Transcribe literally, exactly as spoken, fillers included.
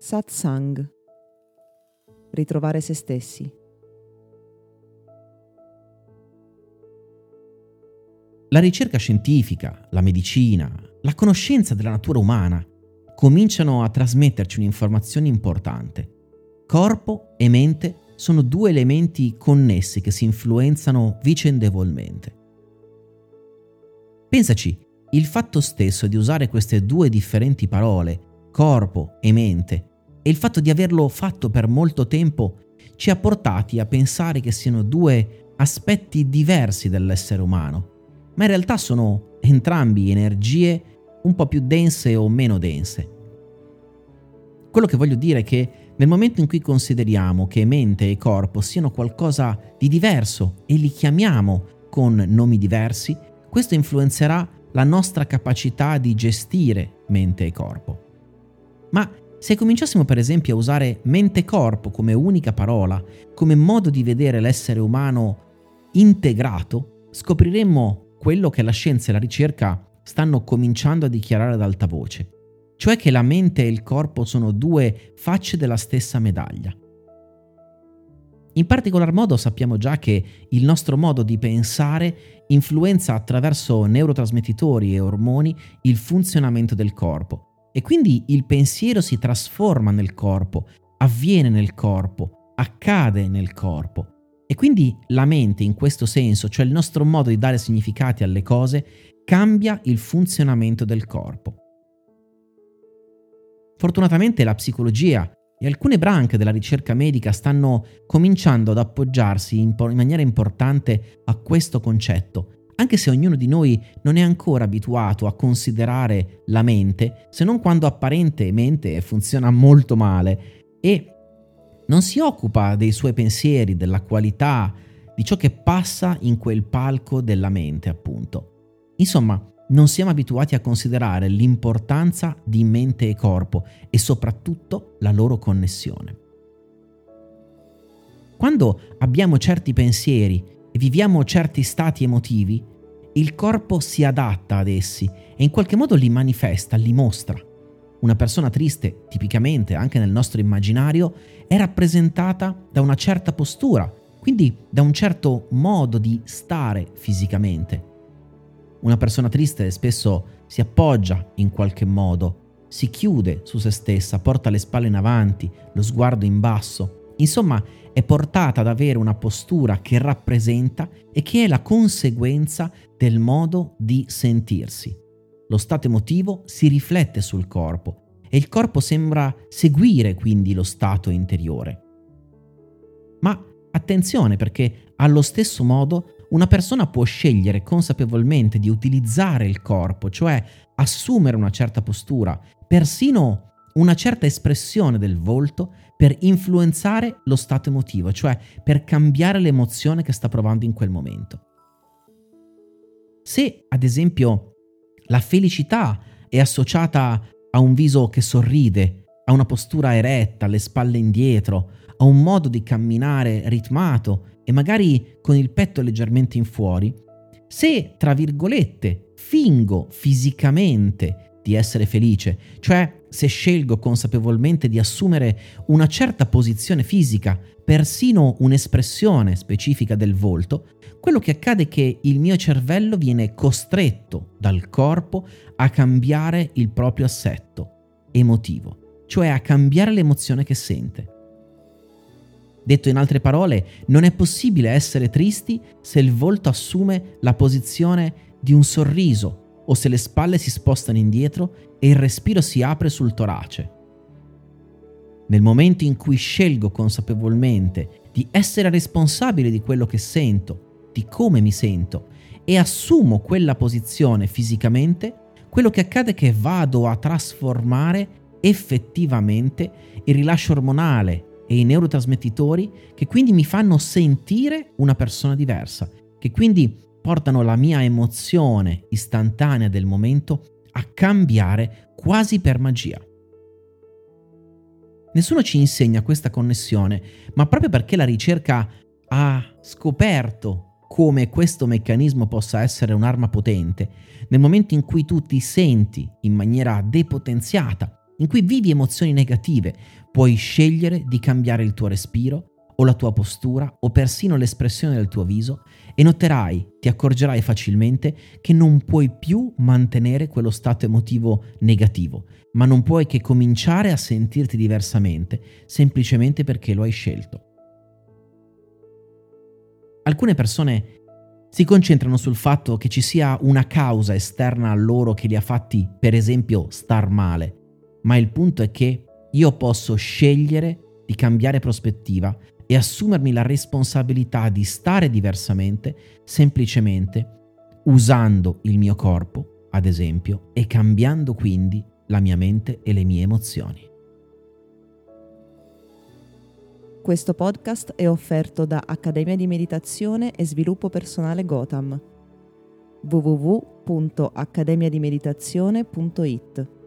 Satsang. Ritrovare se stessi. La ricerca scientifica, la medicina, la conoscenza della natura umana cominciano a trasmetterci un'informazione importante. Corpo e mente sono due elementi connessi che si influenzano vicendevolmente. Pensaci, il fatto stesso di usare queste due differenti parole, corpo e mente, e il fatto di averlo fatto per molto tempo ci ha portati a pensare che siano due aspetti diversi dell'essere umano, ma in realtà sono entrambi energie un po' più dense o meno dense. Quello che voglio dire è che nel momento in cui consideriamo che mente e corpo siano qualcosa di diverso e li chiamiamo con nomi diversi, questo influenzerà la nostra capacità di gestire mente e corpo. Ma se cominciassimo per esempio a usare mente-corpo come unica parola, come modo di vedere l'essere umano integrato, scopriremmo quello che la scienza e la ricerca stanno cominciando a dichiarare ad alta voce, cioè che la mente e il corpo sono due facce della stessa medaglia. In particolar modo sappiamo già che il nostro modo di pensare influenza attraverso neurotrasmettitori e ormoni il funzionamento del corpo e quindi il pensiero si trasforma nel corpo, avviene nel corpo, accade nel corpo e quindi la mente in questo senso, cioè il nostro modo di dare significati alle cose, cambia il funzionamento del corpo. Fortunatamente la psicologia e alcune branche della ricerca medica stanno cominciando ad appoggiarsi in, po- in maniera importante a questo concetto, anche se ognuno di noi non è ancora abituato a considerare la mente, se non quando apparentemente funziona molto male e non si occupa dei suoi pensieri, della qualità, di ciò che passa in quel palco della mente, appunto. Insomma, non siamo abituati a considerare l'importanza di mente e corpo e soprattutto la loro connessione. Quando abbiamo certi pensieri e viviamo certi stati emotivi, il corpo si adatta ad essi e in qualche modo li manifesta, li mostra. Una persona triste, tipicamente anche nel nostro immaginario, è rappresentata da una certa postura, quindi da un certo modo di stare fisicamente. Una persona triste spesso si appoggia in qualche modo, si chiude su se stessa, porta le spalle in avanti, lo sguardo in basso. Insomma, è portata ad avere una postura che rappresenta e che è la conseguenza del modo di sentirsi. Lo stato emotivo si riflette sul corpo e il corpo sembra seguire quindi lo stato interiore. Ma attenzione, perché allo stesso modo una persona può scegliere consapevolmente di utilizzare il corpo, cioè assumere una certa postura, persino una certa espressione del volto per influenzare lo stato emotivo, cioè per cambiare l'emozione che sta provando in quel momento. Se, ad esempio, la felicità è associata a un viso che sorride, a una postura eretta, le spalle indietro, a un modo di camminare ritmato e magari con il petto leggermente in fuori, se, tra virgolette, fingo fisicamente di essere felice, cioè se scelgo consapevolmente di assumere una certa posizione fisica, persino un'espressione specifica del volto, quello che accade è che il mio cervello viene costretto dal corpo a cambiare il proprio assetto emotivo, cioè a cambiare l'emozione che sente. Detto in altre parole, non è possibile essere tristi se il volto assume la posizione di un sorriso o se le spalle si spostano indietro e il respiro si apre sul torace. Nel momento in cui scelgo consapevolmente di essere responsabile di quello che sento, di come mi sento e assumo quella posizione fisicamente, quello che accade è che vado a trasformare effettivamente il rilascio ormonale e i neurotrasmettitori che quindi mi fanno sentire una persona diversa, che quindi portano la mia emozione istantanea del momento a cambiare quasi per magia. Nessuno ci insegna questa connessione, ma proprio perché la ricerca ha scoperto come questo meccanismo possa essere un'arma potente, nel momento in cui tu ti senti in maniera depotenziata in cui vivi emozioni negative, puoi scegliere di cambiare il tuo respiro o la tua postura o persino l'espressione del tuo viso e noterai, ti accorgerai facilmente che non puoi più mantenere quello stato emotivo negativo, ma non puoi che cominciare a sentirti diversamente semplicemente perché lo hai scelto. Alcune persone si concentrano sul fatto che ci sia una causa esterna a loro che li ha fatti, per esempio, star male, ma il punto è che io posso scegliere di cambiare prospettiva e assumermi la responsabilità di stare diversamente semplicemente usando il mio corpo, ad esempio, e cambiando quindi la mia mente e le mie emozioni. Questo podcast è offerto da Accademia di Meditazione e Sviluppo Personale Gotham. w w w punto accademia di meditazione punto i t